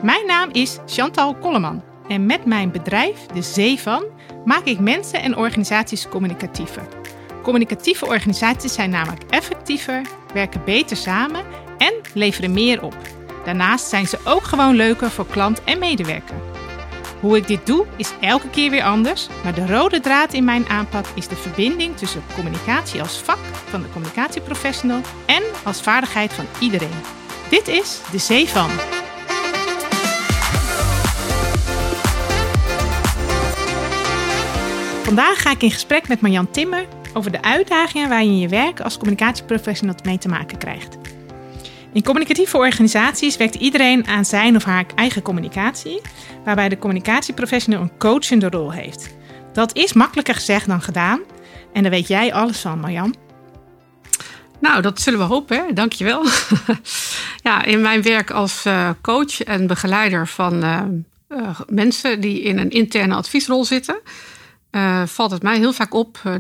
Mijn naam is Chantal Kolleman en met mijn bedrijf, De Zee Van, maak ik mensen en organisaties communicatiever. Communicatieve organisaties zijn namelijk effectiever, werken beter samen en leveren meer op. Daarnaast zijn ze ook gewoon leuker voor klant en medewerker. Hoe ik dit doe is elke keer weer anders, maar de rode draad in mijn aanpak is de verbinding tussen communicatie als vak van de communicatieprofessional en als vaardigheid van iedereen. Dit is De Zee Van. Vandaag ga ik in gesprek met Marjan Timmer over de uitdagingen waar je in je werk als communicatieprofessional mee te maken krijgt. In communicatieve organisaties werkt iedereen aan zijn of haar eigen communicatie, waarbij de communicatieprofessional een coachende rol heeft. Dat is makkelijker gezegd dan gedaan en daar weet jij alles van, Marjan. Nou, dat zullen we hopen, hè? Dankjewel. Ja, in mijn werk als coach en begeleider van mensen die in een interne adviesrol zitten, valt het mij heel vaak op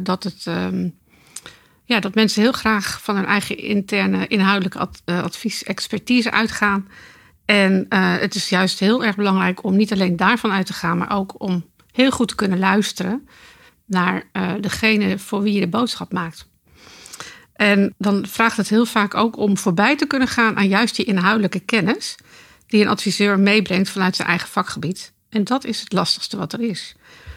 dat mensen heel graag van hun eigen interne inhoudelijke advies-expertise uitgaan. En het is juist heel erg belangrijk om niet alleen daarvan uit te gaan, maar ook om heel goed te kunnen luisteren naar degene voor wie je de boodschap maakt. En dan vraagt het heel vaak ook om voorbij te kunnen gaan aan juist die inhoudelijke kennis die een adviseur meebrengt vanuit zijn eigen vakgebied. En dat is het lastigste wat er is.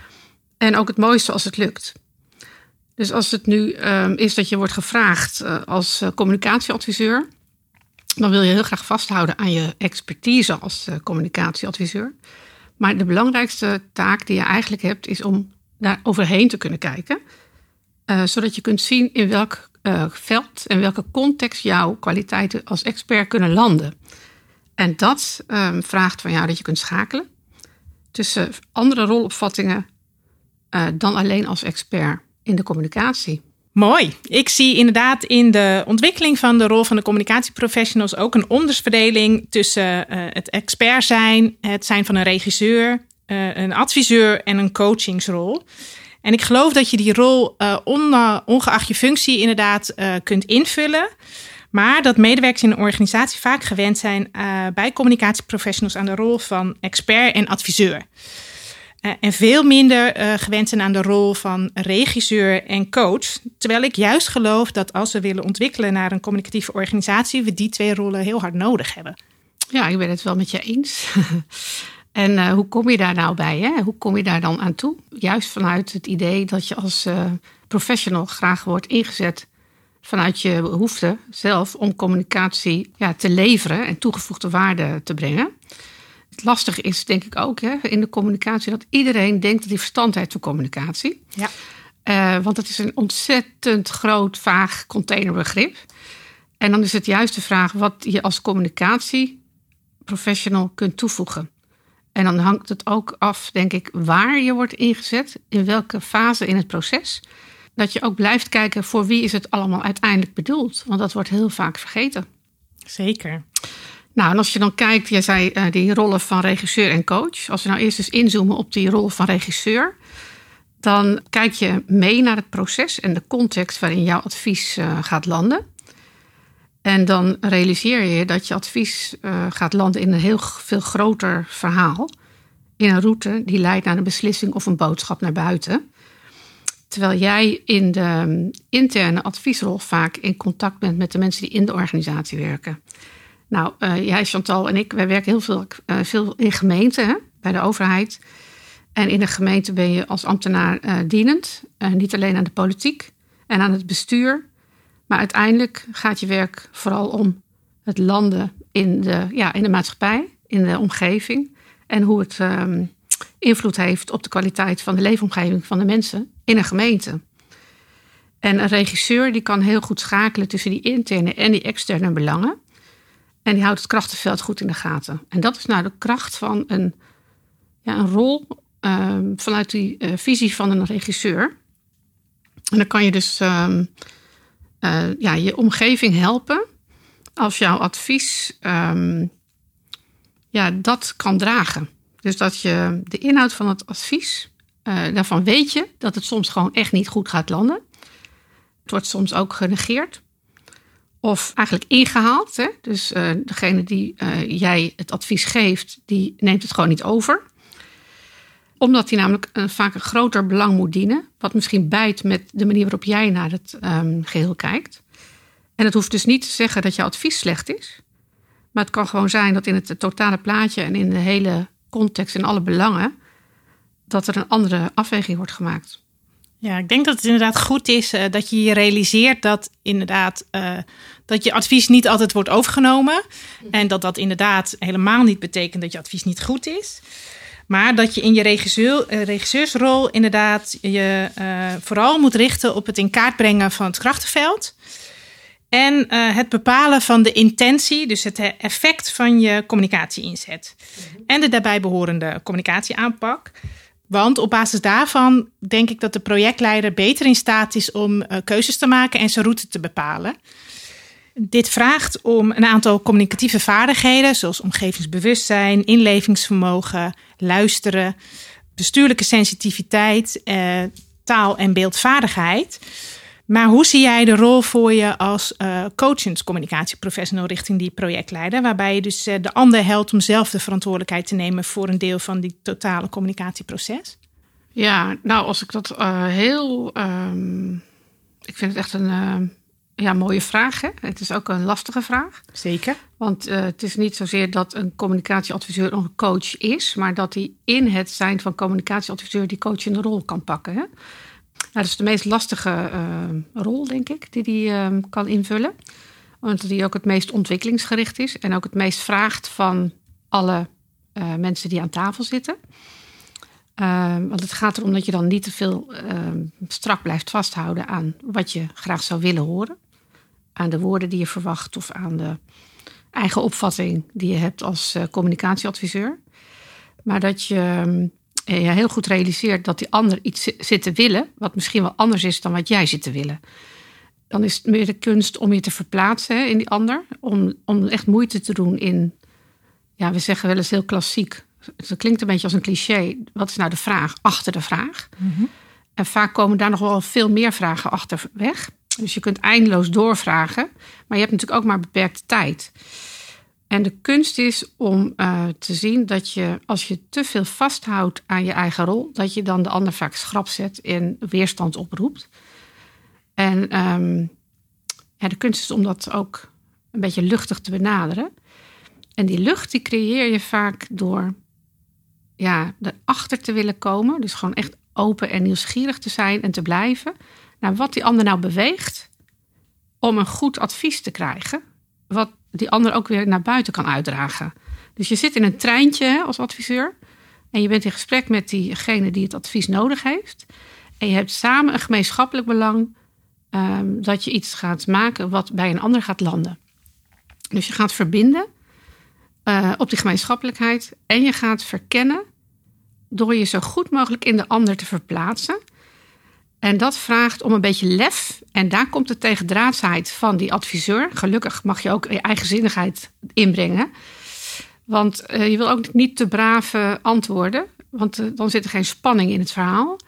En ook het mooiste als het lukt. Dus als het nu is dat je wordt gevraagd als communicatieadviseur, dan wil je heel graag vasthouden aan je expertise als communicatieadviseur. Maar de belangrijkste taak die je eigenlijk hebt is om daar overheen te kunnen kijken. Zodat je kunt zien in welk veld en welke context jouw kwaliteiten als expert kunnen landen. En dat vraagt van jou dat je kunt schakelen tussen andere rolopvattingen dan alleen als expert in de communicatie. Mooi. Ik zie inderdaad in de ontwikkeling van de rol van de communicatieprofessionals ook een onderverdeling tussen het expert zijn, het zijn van een regisseur, een adviseur en een coachingsrol. En ik geloof dat je die rol ongeacht je functie inderdaad kunt invullen. Maar dat medewerkers in een organisatie vaak gewend zijn bij communicatieprofessionals aan de rol van expert en adviseur. En veel minder gewend zijn aan de rol van regisseur en coach. Terwijl ik juist geloof dat als we willen ontwikkelen naar een communicatieve organisatie, we die twee rollen heel hard nodig hebben. Ja, ik ben het wel met je eens. En hoe kom je daar nou bij? Hè? Hoe kom je daar dan aan toe? Juist vanuit het idee dat je als professional graag wordt ingezet vanuit je behoefte zelf om communicatie te leveren en toegevoegde waarde te brengen. Het lastige is denk ik ook in de communicatie dat iedereen denkt dat hij verstand heeft van communicatie. Ja. Want het is een ontzettend groot, vaag containerbegrip. En dan is het juist de vraag wat je als communicatieprofessional kunt toevoegen. En dan hangt het ook af, denk ik, waar je wordt ingezet, in welke fase in het proces. Dat je ook blijft kijken voor wie is het allemaal uiteindelijk bedoeld. Want dat wordt heel vaak vergeten. Zeker. Nou, en als je dan kijkt, jij zei die rollen van regisseur en coach. Als we nou eerst eens inzoomen op die rol van regisseur, dan kijk je mee naar het proces en de context waarin jouw advies gaat landen. En dan realiseer je dat je advies gaat landen in een heel veel groter verhaal. In een route die leidt naar een beslissing of een boodschap naar buiten. Terwijl jij in de interne adviesrol vaak in contact bent met de mensen die in de organisatie werken. Nou, jij Chantal en ik, wij werken heel veel in gemeenten, hè, bij de overheid. En in de gemeente ben je als ambtenaar dienend. Niet alleen aan de politiek en aan het bestuur. Maar uiteindelijk gaat je werk vooral om het landen in de maatschappij, in de omgeving. En hoe het invloed heeft op de kwaliteit van de leefomgeving van de mensen in een gemeente. En een regisseur die kan heel goed schakelen tussen die interne en die externe belangen. En die houdt het krachtenveld goed in de gaten. En dat is nou de kracht van een rol vanuit die visie van een regisseur. En dan kan je dus je omgeving helpen als jouw advies dat kan dragen. Dus dat je de inhoud van het advies, daarvan weet je dat het soms gewoon echt niet goed gaat landen. Het wordt soms ook genegeerd. of eigenlijk ingehaald. Hè? Dus degene die jij het advies geeft, die neemt het gewoon niet over. Omdat hij namelijk vaak een groter belang moet dienen. Wat misschien bijt met de manier waarop jij naar het geheel kijkt. En het hoeft dus niet te zeggen dat jouw advies slecht is. Maar het kan gewoon zijn dat in het totale plaatje en in de hele context en alle belangen, dat er een andere afweging wordt gemaakt. Ja, ik denk dat het inderdaad goed is dat je je realiseert dat inderdaad dat je advies niet altijd wordt overgenomen. En dat inderdaad helemaal niet betekent dat je advies niet goed is. Maar dat je in je regisseursrol inderdaad je vooral moet richten op het in kaart brengen van het krachtenveld. En het bepalen van de intentie, dus het effect van je communicatie-inzet. En de daarbij behorende communicatieaanpak. Want op basis daarvan denk ik dat de projectleider beter in staat is om keuzes te maken en zijn route te bepalen. Dit vraagt om een aantal communicatieve vaardigheden, zoals omgevingsbewustzijn, inlevingsvermogen, luisteren, bestuurlijke sensitiviteit, taal- en beeldvaardigheid. Maar hoe zie jij de rol voor je als coachend communicatieprofessional richting die projectleider, waarbij je dus de ander helpt om zelf de verantwoordelijkheid te nemen voor een deel van die totale communicatieproces? Ja, nou als ik dat ik vind het echt een mooie vraag. Hè? Het is ook een lastige vraag. Zeker. Want het is niet zozeer dat een communicatieadviseur een coach is, maar dat hij in het zijn van communicatieadviseur die coachende rol kan pakken. Hè? Nou, dat is de meest lastige rol, denk ik, die hij kan invullen. Omdat hij ook het meest ontwikkelingsgericht is en ook het meest vraagt van alle mensen die aan tafel zitten. Want het gaat erom dat je dan niet te veel strak blijft vasthouden aan wat je graag zou willen horen. Aan de woorden die je verwacht of aan de eigen opvatting die je hebt als communicatieadviseur. Maar dat je heel goed realiseert dat die ander iets zit te willen, wat misschien wel anders is dan wat jij zit te willen. Dan is het meer de kunst om je te verplaatsen in die ander. Om echt moeite te doen in, ja, we zeggen wel eens heel klassiek. Het klinkt een beetje als een cliché. Wat is nou de vraag achter de vraag? Mm-hmm. En vaak komen daar nog wel veel meer vragen achterweg. Dus je kunt eindeloos doorvragen. Maar je hebt natuurlijk ook maar beperkte tijd. En de kunst is om te zien dat je, als je te veel vasthoudt aan je eigen rol, dat je dan de ander vaak schrap zet en weerstand oproept. En de kunst is om dat ook een beetje luchtig te benaderen. En die lucht die creëer je vaak door erachter te willen komen. Dus gewoon echt open en nieuwsgierig te zijn en te blijven naar wat die ander nou beweegt om een goed advies te krijgen. Wat die ander ook weer naar buiten kan uitdragen. Dus je zit in een treintje als adviseur en je bent in gesprek met diegene die het advies nodig heeft. En je hebt samen een gemeenschappelijk belang dat je iets gaat maken wat bij een ander gaat landen. Dus je gaat verbinden op die gemeenschappelijkheid en je gaat verkennen door je zo goed mogelijk in de ander te verplaatsen. En dat vraagt om een beetje lef. En daar komt de tegendraadsheid van die adviseur. Gelukkig mag je ook je eigenzinnigheid inbrengen. Want je wil ook niet te brave antwoorden. Want dan zit er geen spanning in het verhaal.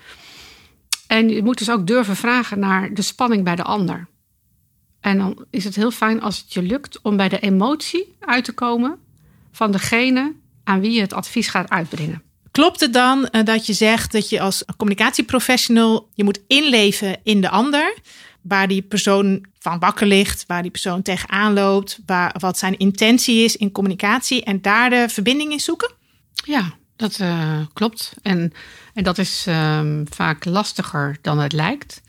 En je moet dus ook durven vragen naar de spanning bij de ander. En dan is het heel fijn als het je lukt om bij de emotie uit te komen van degene aan wie je het advies gaat uitbrengen. Klopt het dan dat je zegt dat je als communicatieprofessional je moet inleven in de ander, waar die persoon van wakker ligt, waar die persoon tegenaan loopt, wat zijn intentie is in communicatie en daar de verbinding in zoeken? Ja, dat klopt. En dat is vaak lastiger dan het lijkt.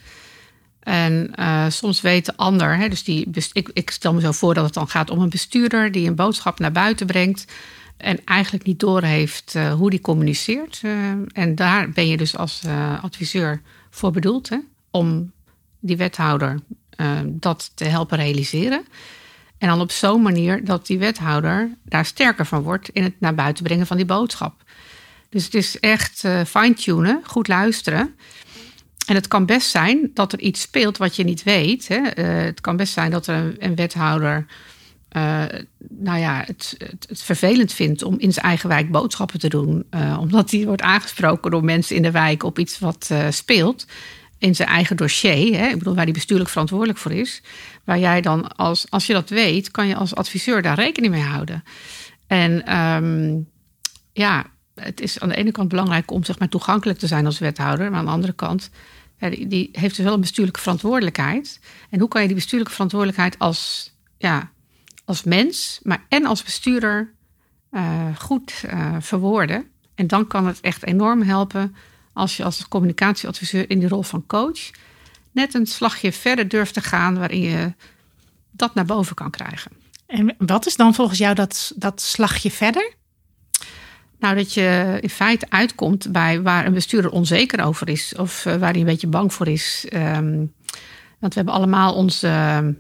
En soms weet de ander, hè, dus ik stel me zo voor dat het dan gaat om een bestuurder die een boodschap naar buiten brengt en eigenlijk niet doorheeft hoe die communiceert. En daar ben je dus als adviseur voor bedoeld, hè, om die wethouder dat te helpen realiseren. En dan op zo'n manier dat die wethouder daar sterker van wordt in het naar buiten brengen van die boodschap. Dus het is echt fine-tunen, goed luisteren. En het kan best zijn dat er iets speelt wat je niet weet. Hè. Het kan best zijn dat er een wethouder het vervelend vindt om in zijn eigen wijk boodschappen te doen. Omdat hij wordt aangesproken door mensen in de wijk op iets wat speelt. in zijn eigen dossier, hè, ik bedoel, waar hij bestuurlijk verantwoordelijk voor is, waar jij dan als je dat weet, kan je als adviseur daar rekening mee houden. En het is aan de ene kant belangrijk om zeg maar toegankelijk te zijn als wethouder, maar aan de andere kant, die heeft dus wel een bestuurlijke verantwoordelijkheid. En hoe kan je die bestuurlijke verantwoordelijkheid als mens, maar en als bestuurder goed verwoorden? En dan kan het echt enorm helpen als je als communicatieadviseur in die rol van coach net een slagje verder durft te gaan waarin je dat naar boven kan krijgen. En wat is dan volgens jou dat slagje verder? Nou, dat je in feite uitkomt bij waar een bestuurder onzeker over is of waar hij een beetje bang voor is. Want we hebben allemaal onze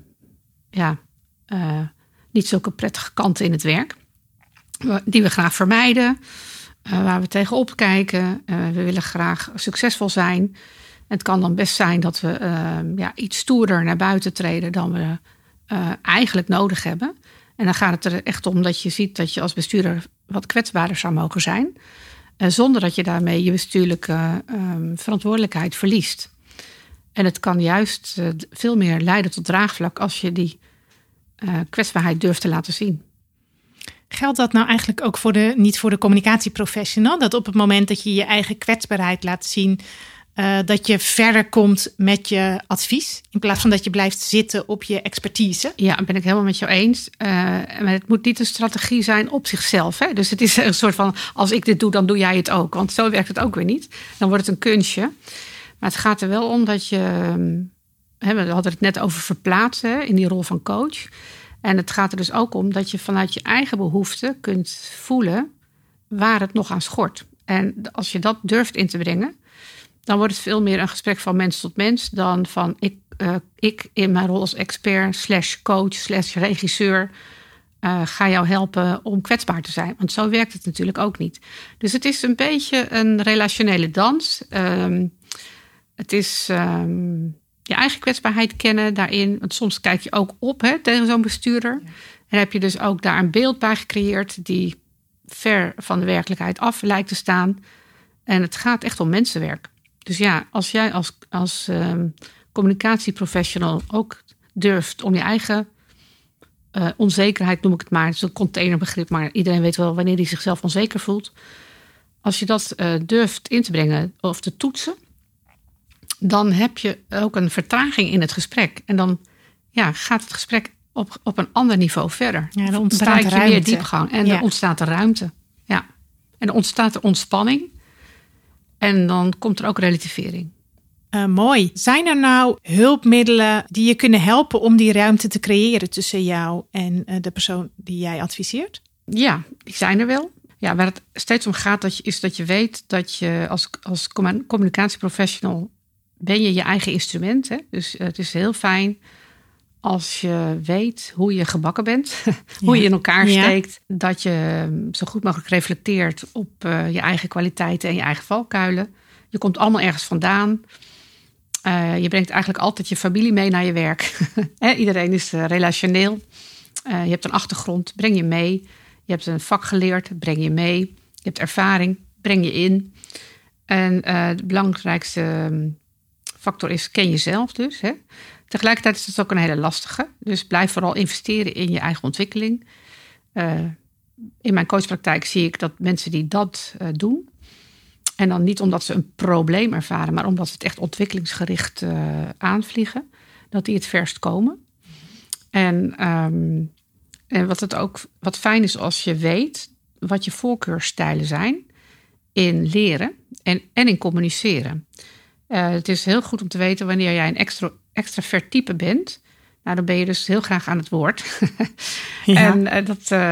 niet zulke prettige kanten in het werk, die we graag vermijden, waar we tegenop kijken. We willen graag succesvol zijn. Het kan dan best zijn dat we iets stoerder naar buiten treden dan we eigenlijk nodig hebben. En dan gaat het er echt om dat je ziet dat je als bestuurder wat kwetsbaarder zou mogen zijn. Zonder dat je daarmee je bestuurlijke verantwoordelijkheid verliest. En het kan juist veel meer leiden tot draagvlak als je die kwetsbaarheid durft te laten zien. Geldt dat nou eigenlijk ook niet voor de communicatieprofessional? Dat op het moment dat je je eigen kwetsbaarheid laat zien, dat je verder komt met je advies, in plaats van dat je blijft zitten op je expertise? Ja, ben ik helemaal met jou eens. Maar het moet niet een strategie zijn op zichzelf. Hè? Dus het is een soort van, als ik dit doe, dan doe jij het ook. Want zo werkt het ook weer niet. Dan wordt het een kunstje. Maar het gaat er wel om dat je, we hadden het net over verplaatsen in die rol van coach. En het gaat er dus ook om dat je vanuit je eigen behoeften kunt voelen waar het nog aan schort. En als je dat durft in te brengen, dan wordt het veel meer een gesprek van mens tot mens dan van ik in mijn rol als expert / coach / regisseur ga jou helpen om kwetsbaar te zijn. Want zo werkt het natuurlijk ook niet. Dus het is een beetje een relationele dans. Het is je eigen kwetsbaarheid kennen daarin. Want soms kijk je ook op tegen zo'n bestuurder. Ja. En heb je dus ook daar een beeld bij gecreëerd die ver van de werkelijkheid af lijkt te staan. En het gaat echt om mensenwerk. Dus ja, als jij als communicatieprofessional ook durft om je eigen onzekerheid, noem ik het maar. Het is een containerbegrip, maar iedereen weet wel wanneer hij zichzelf onzeker voelt. Als je dat durft in te brengen of te toetsen, dan heb je ook een vertraging in het gesprek. En dan gaat het gesprek op een ander niveau verder. Ja, er ontstaat je meer diepgang en er ontstaat er ruimte. Ja. En er ontstaat er ontspanning. En dan komt er ook relativering. Mooi. Zijn er nou hulpmiddelen die je kunnen helpen om die ruimte te creëren tussen jou en de persoon die jij adviseert? Ja, die zijn er wel. Ja, waar het steeds om gaat is dat je weet dat je als communicatieprofessional ben je eigen instrument. Hè? Dus het is heel fijn als je weet hoe je gebakken bent. Hoe je in elkaar steekt. Dat je zo goed mogelijk reflecteert op je eigen kwaliteiten en je eigen valkuilen. Je komt allemaal ergens vandaan. Je brengt eigenlijk altijd je familie mee naar je werk. Iedereen is relationeel. Je hebt een achtergrond, breng je mee. Je hebt een vak geleerd, breng je mee. Je hebt ervaring, breng je in. En de belangrijkste factor is, ken jezelf dus. Hè? Tegelijkertijd is het ook een hele lastige. Dus blijf vooral investeren in je eigen ontwikkeling. In mijn coachpraktijk zie ik dat mensen die dat doen, en dan niet omdat ze een probleem ervaren, maar omdat ze het echt ontwikkelingsgericht aanvliegen, dat die het verst komen. En wat fijn is als je weet wat je voorkeursstijlen zijn in leren en in communiceren. Het is heel goed om te weten wanneer jij een extravert type bent. Nou, dan ben je dus heel graag aan het woord. Ja. En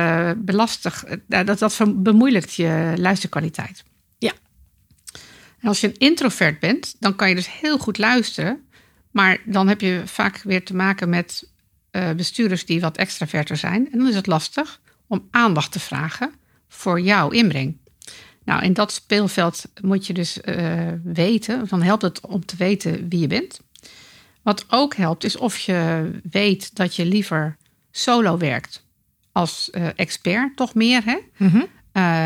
dat bemoeilijkt je luisterkwaliteit. Ja. En als je een introvert bent, dan kan je dus heel goed luisteren. Maar dan heb je vaak weer te maken met bestuurders die wat extraverter zijn. En dan is het lastig om aandacht te vragen voor jouw inbreng. Nou, in dat speelveld moet je dus weten. Dan helpt het om te weten wie je bent. Wat ook helpt is of je weet dat je liever solo werkt als expert, toch meer. Hè? Mm-hmm.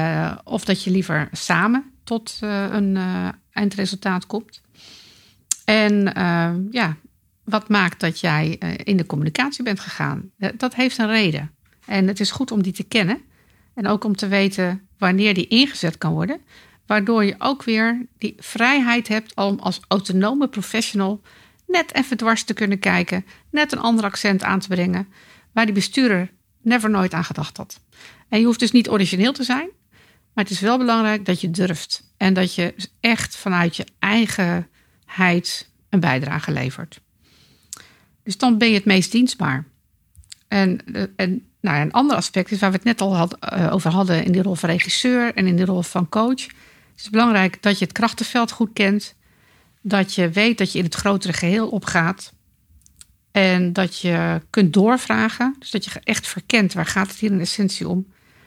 Of dat je liever samen tot een eindresultaat komt. En wat maakt dat jij in de communicatie bent gegaan? Dat heeft een reden. En het is goed om die te kennen. En ook om te weten wanneer die ingezet kan worden. Waardoor je ook weer die vrijheid hebt om als autonome professional net even dwars te kunnen kijken. Net een ander accent aan te brengen. Waar die bestuurder never nooit aan gedacht had. En je hoeft dus niet origineel te zijn. Maar het is wel belangrijk dat je durft. En dat je echt vanuit je eigenheid een bijdrage levert. Dus dan ben je het meest dienstbaar. En een ander aspect is waar we het net al over hadden in die rol van regisseur en in de rol van coach. Het is belangrijk dat je het krachtenveld goed kent. Dat je weet dat je in het grotere geheel opgaat. En dat je kunt doorvragen. Dus dat je echt verkent waar gaat het hier in essentie om.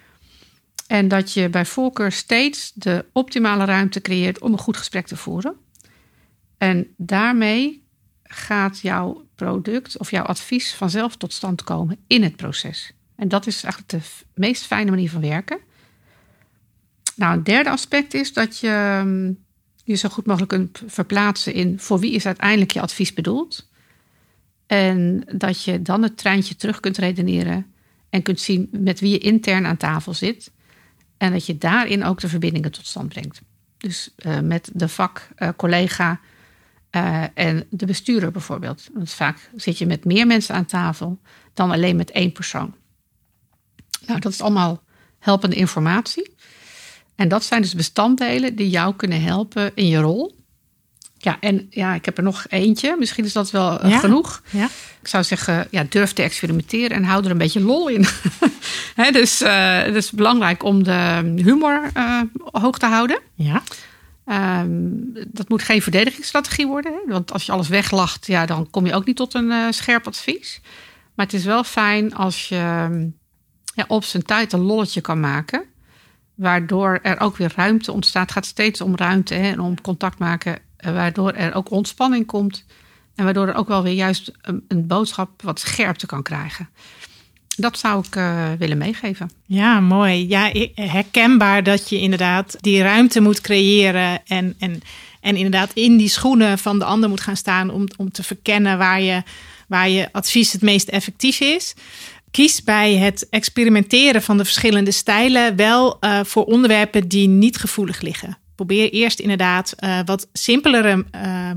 En dat je bij voorkeur steeds de optimale ruimte creëert om een goed gesprek te voeren. En daarmee gaat jouw product of jouw advies vanzelf tot stand komen in het proces. En dat is eigenlijk de meest fijne manier van werken. Nou, een derde aspect is dat je je zo goed mogelijk kunt verplaatsen in voor wie is uiteindelijk je advies bedoeld. En dat je dan het treintje terug kunt redeneren en kunt zien met wie je intern aan tafel zit. En dat je daarin ook de verbindingen tot stand brengt. Dus met de vakcollega en de bestuurder bijvoorbeeld. Want vaak zit je met meer mensen aan tafel dan alleen met één persoon. Nou, dat is allemaal helpende informatie. En dat zijn dus bestanddelen die jou kunnen helpen in je rol. Ja, en ik heb er nog eentje. Misschien is dat wel genoeg. Ja. Ik zou zeggen, durf te experimenteren en hou er een beetje lol in. Dus het is belangrijk om de humor hoog te houden. Ja. Dat moet geen verdedigingsstrategie worden. Hè? Want als je alles weglacht, dan kom je ook niet tot een scherp advies. Maar het is wel fijn als je op zijn tijd een lolletje kan maken. Waardoor er ook weer ruimte ontstaat. Het gaat steeds om ruimte en om contact maken. Waardoor er ook ontspanning komt. En waardoor er ook wel weer juist een boodschap wat scherpte kan krijgen. Dat zou ik willen meegeven. Ja, mooi. Ja, herkenbaar dat je inderdaad die ruimte moet creëren. En inderdaad in die schoenen van de ander moet gaan staan. Om te verkennen waar je advies het meest effectief is. Kies bij het experimenteren van de verschillende stijlen wel voor onderwerpen die niet gevoelig liggen. Probeer eerst inderdaad wat simpelere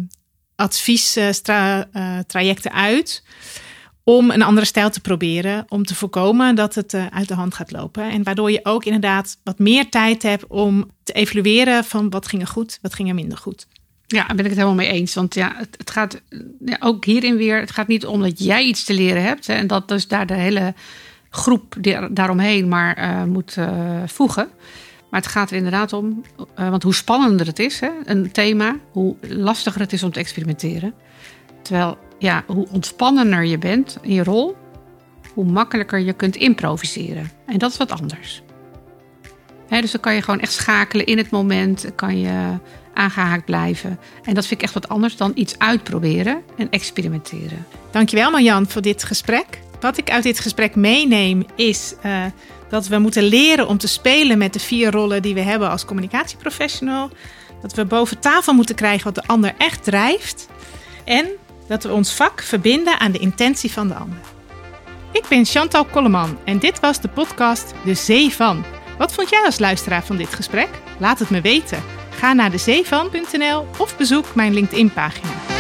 adviestrajecten uit. Om een andere stijl te proberen. Om te voorkomen dat het uit de hand gaat lopen. En waardoor je ook inderdaad wat meer tijd hebt om te evalueren van wat ging er goed, wat ging er minder goed. Ja, daar ben ik het helemaal mee eens. Want het gaat ook hierin weer. Het gaat niet om dat jij iets te leren hebt. Hè, en dat dus daar de hele groep daaromheen maar moet voegen. Maar het gaat er inderdaad om. Want hoe spannender het is, hè, een thema, hoe lastiger het is om te experimenteren. Terwijl, hoe ontspannender je bent in je rol, hoe makkelijker je kunt improviseren. En dat is wat anders. Dus dan kan je gewoon echt schakelen in het moment. Kan je aangehaakt blijven. En dat vind ik echt wat anders dan iets uitproberen en experimenteren. Dankjewel Marjan voor dit gesprek. Wat ik uit dit gesprek meeneem is dat we moeten leren om te spelen met de 4 rollen die we hebben als communicatieprofessional. Dat we boven tafel moeten krijgen wat de ander echt drijft. En dat we ons vak verbinden aan de intentie van de ander. Ik ben Chantal Kolleman en dit was de podcast De Zee van. Wat vond jij als luisteraar van dit gesprek? Laat het me weten. Ga naar dezeevan.nl of bezoek mijn LinkedIn-pagina.